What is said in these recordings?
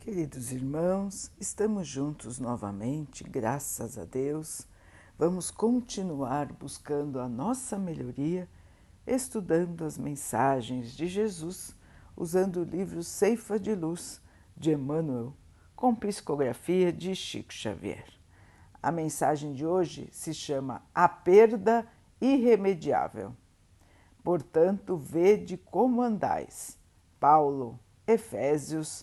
Queridos irmãos, estamos juntos novamente, graças a Deus. Vamos continuar buscando a nossa melhoria, estudando as mensagens de Jesus, usando o livro Ceifa de Luz, de Emmanuel, com psicografia de Chico Xavier. A mensagem de hoje se chama A Perda Irremediável. Portanto, vede como andais. Paulo, Efésios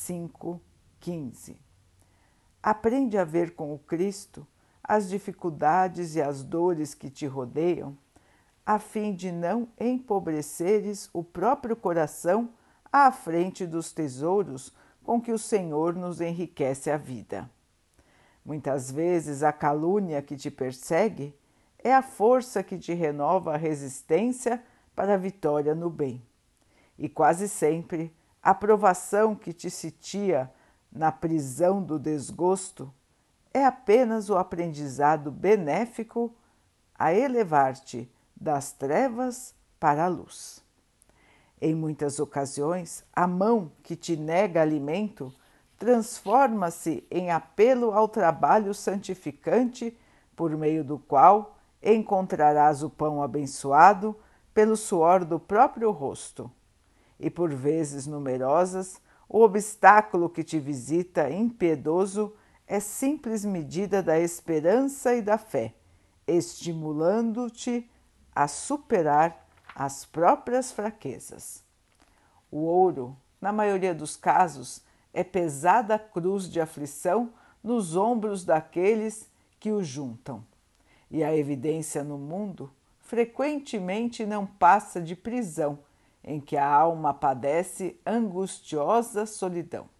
5:15. Aprende a ver com o Cristo as dificuldades e as dores que te rodeiam, a fim de não empobreceres o próprio coração à frente dos tesouros com que o Senhor nos enriquece a vida. Muitas vezes a calúnia que te persegue é a força que te renova a resistência para a vitória no bem. E quase sempre a provação que te sitia na prisão do desgosto é apenas o aprendizado benéfico a elevar-te das trevas para a luz. Em muitas ocasiões, a mão que te nega alimento transforma-se em apelo ao trabalho santificante por meio do qual encontrarás o pão abençoado pelo suor do próprio rosto. E por vezes numerosas, o obstáculo que te visita impiedoso é simples medida da esperança e da fé, estimulando-te a superar as próprias fraquezas. O ouro, na maioria dos casos, é pesada cruz de aflição nos ombros daqueles que o juntam. E a evidência no mundo frequentemente não passa de prisão, em que a alma padece angustiosa solidão.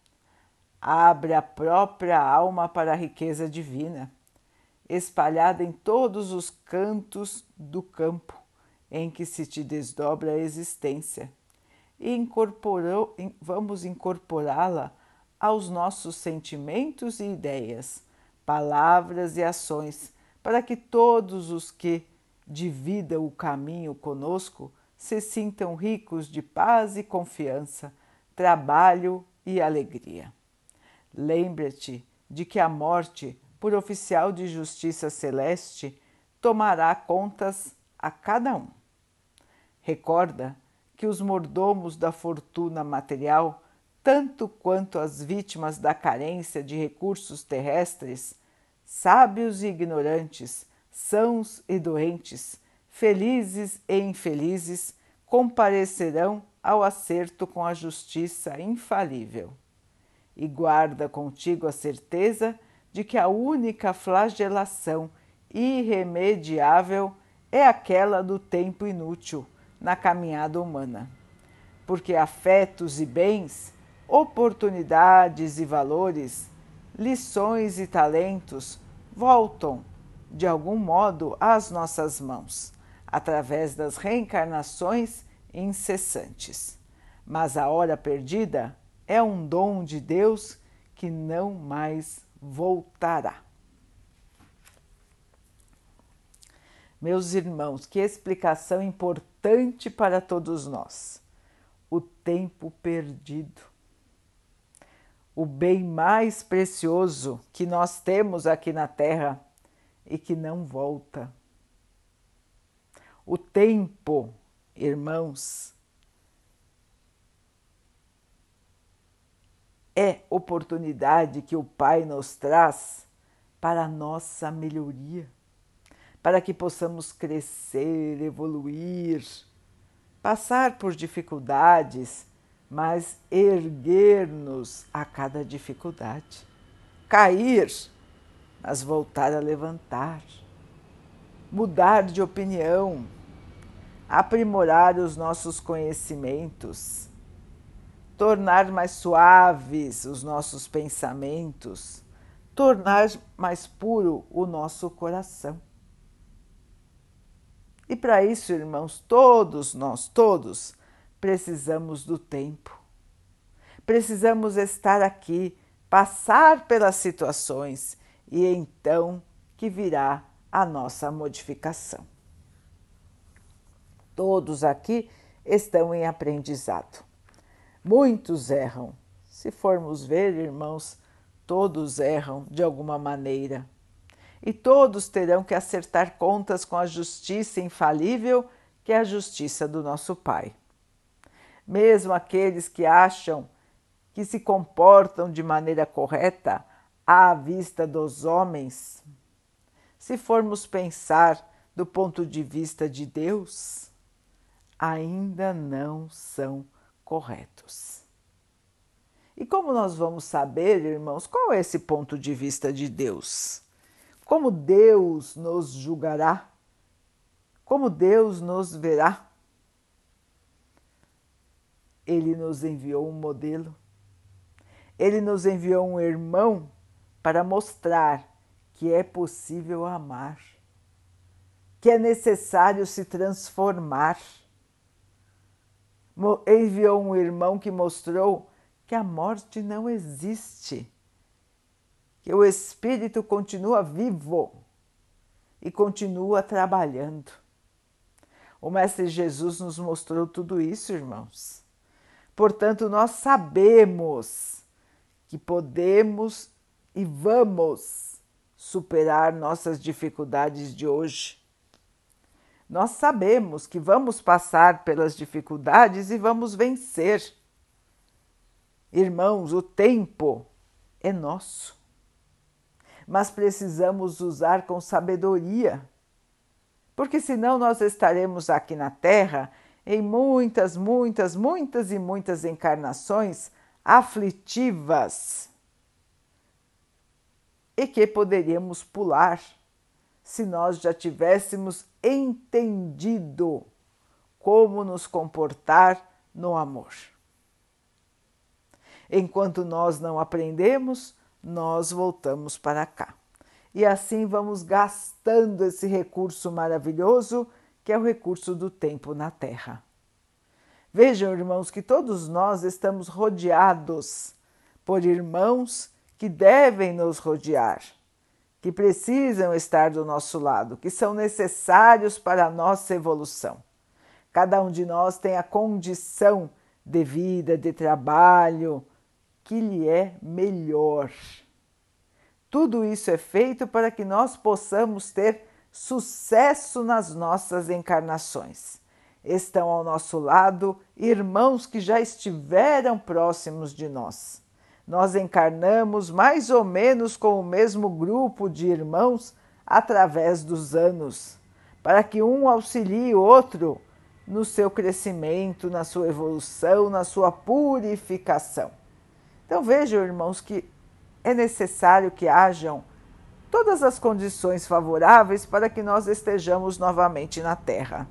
Abre a própria alma para a riqueza divina, espalhada em todos os cantos do campo em que se te desdobra a existência, e vamos incorporá-la aos nossos sentimentos e ideias, palavras e ações, para que todos os que dividam o caminho conosco se sintam ricos de paz e confiança, trabalho e alegria. Lembra-te de que a morte, por oficial de justiça celeste, tomará contas a cada um. Recorda que os mordomos da fortuna material, tanto quanto as vítimas da carência de recursos terrestres, sábios e ignorantes, sãos e doentes, felizes e infelizes, comparecerão ao acerto com a justiça infalível. E guarda contigo a certeza de que a única flagelação irremediável é aquela do tempo inútil na caminhada humana. Porque afetos e bens, oportunidades e valores, lições e talentos voltam, de algum modo, às nossas mãos, através das reencarnações incessantes. Mas a hora perdida é um dom de Deus que não mais voltará. Meus irmãos, que explicação importante para todos nós. O tempo perdido. O bem mais precioso que nós temos aqui na Terra e que não volta. O tempo, irmãos, é oportunidade que o Pai nos traz para a nossa melhoria, para que possamos crescer, evoluir, passar por dificuldades, mas erguer-nos a cada dificuldade, cair, mas voltar a levantar, mudar de opinião, aprimorar os nossos conhecimentos, tornar mais suaves os nossos pensamentos, tornar mais puro o nosso coração. E para isso, irmãos, todos nós, todos, precisamos do tempo. Precisamos estar aqui, passar pelas situações e então que virá a nossa modificação. Todos aqui estão em aprendizado. Muitos erram, Se formos ver, irmãos, todos erram de alguma maneira. E todos terão que acertar contas com a justiça infalível, que é a justiça do nosso Pai. Mesmo aqueles que acham que se comportam de maneira correta à vista dos homens, se formos pensar do ponto de vista de Deus, ainda não são corretos. E como nós vamos saber, irmãos, qual é esse ponto de vista de Deus? Como Deus nos julgará? Como Deus nos verá? Ele nos enviou um modelo. Ele nos enviou um irmão para mostrar que é possível amar, que é necessário se transformar. Enviou um irmão que mostrou que a morte não existe, que o Espírito continua vivo e continua trabalhando. O Mestre Jesus nos mostrou tudo isso, irmãos. Portanto, nós sabemos que podemos e vamos superar nossas dificuldades de hoje. Nós sabemos que vamos passar pelas dificuldades e vamos vencer. Irmãos, o tempo é nosso, mas precisamos usar com sabedoria, porque senão nós estaremos aqui na Terra em muitas encarnações aflitivas e que poderíamos pular se nós já tivéssemos entendido como nos comportar no amor. Enquanto nós não aprendemos, nós voltamos para cá. E assim vamos gastando esse recurso maravilhoso que é o recurso do tempo na Terra. Vejam, irmãos, que todos nós estamos rodeados por irmãos que devem nos rodear, que precisam estar do nosso lado, que são necessários para a nossa evolução. Cada um de nós tem a condição de vida, de trabalho, que lhe é melhor. Tudo isso é feito para que nós possamos ter sucesso nas nossas encarnações. Estão ao nosso lado irmãos que já estiveram próximos de nós. Nós encarnamos mais ou menos com o mesmo grupo de irmãos através dos anos, para que um auxilie o outro no seu crescimento, na sua evolução, na sua purificação. Então vejam, irmãos, que é necessário que hajam todas as condições favoráveis para que nós estejamos novamente na Terra.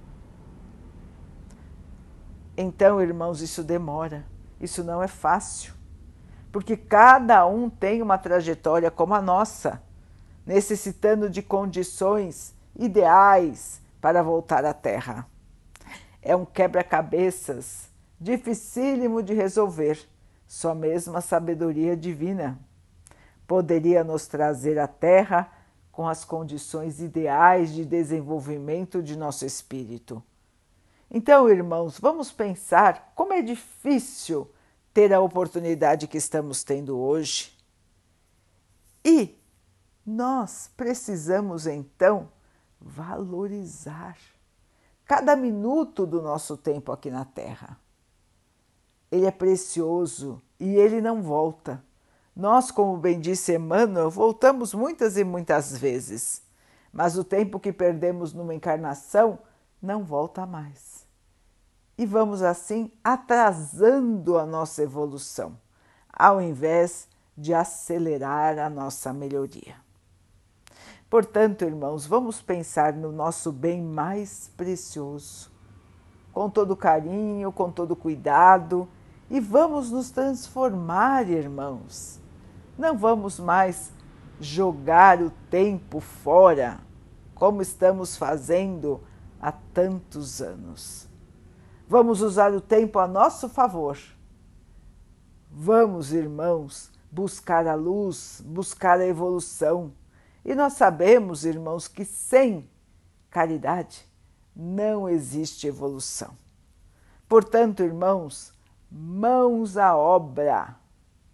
Então, irmãos, isso demora, isso não é fácil, porque cada um tem uma trajetória como a nossa, necessitando de condições ideais para voltar à Terra. É um quebra-cabeças dificílimo de resolver, só mesmo a sabedoria divina poderia nos trazer à Terra com as condições ideais de desenvolvimento de nosso espírito. Então, irmãos, vamos pensar como é difícil ter a oportunidade que estamos tendo hoje. E nós precisamos, então, valorizar cada minuto do nosso tempo aqui na Terra. Ele é precioso e ele não volta. Nós, como bem disse Emmanuel, voltamos muitas e muitas vezes, mas o tempo que perdemos numa encarnação não volta mais. E vamos assim atrasando a nossa evolução, ao invés de acelerar a nossa melhoria. Portanto, irmãos, vamos pensar no nosso bem mais precioso, com todo carinho, com todo cuidado, e vamos nos transformar, irmãos. Não vamos mais jogar o tempo fora, como estamos fazendo há tantos anos. Vamos usar o tempo a nosso favor. Vamos, irmãos, buscar a luz, buscar a evolução. E nós sabemos, irmãos, que sem caridade não existe evolução. Portanto, irmãos, mãos à obra.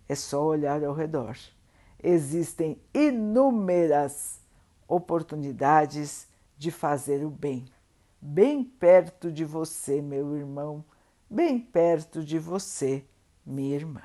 É só olhar ao redor. Existem inúmeras oportunidades de fazer o bem, bem perto de você, meu irmão, bem perto de você, minha irmã.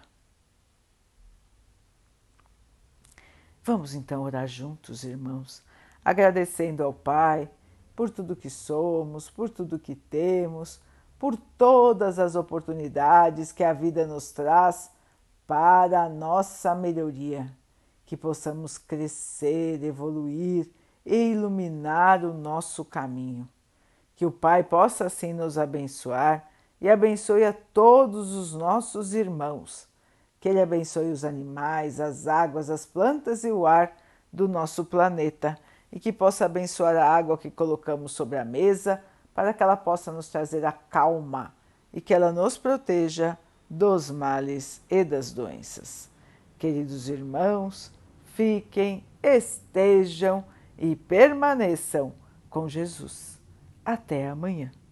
Vamos então orar juntos, irmãos, agradecendo ao Pai por tudo que somos, por tudo que temos, por todas as oportunidades que a vida nos traz para a nossa melhoria, que possamos crescer, evoluir e iluminar o nosso caminho. Que o Pai possa assim nos abençoar e abençoe a todos os nossos irmãos. Que Ele abençoe os animais, as águas, as plantas e o ar do nosso planeta e que possa abençoar a água que colocamos sobre a mesa para que ela possa nos trazer a calma e que ela nos proteja dos males e das doenças. Queridos irmãos, fiquem, estejam e permaneçam com Jesus. Até amanhã.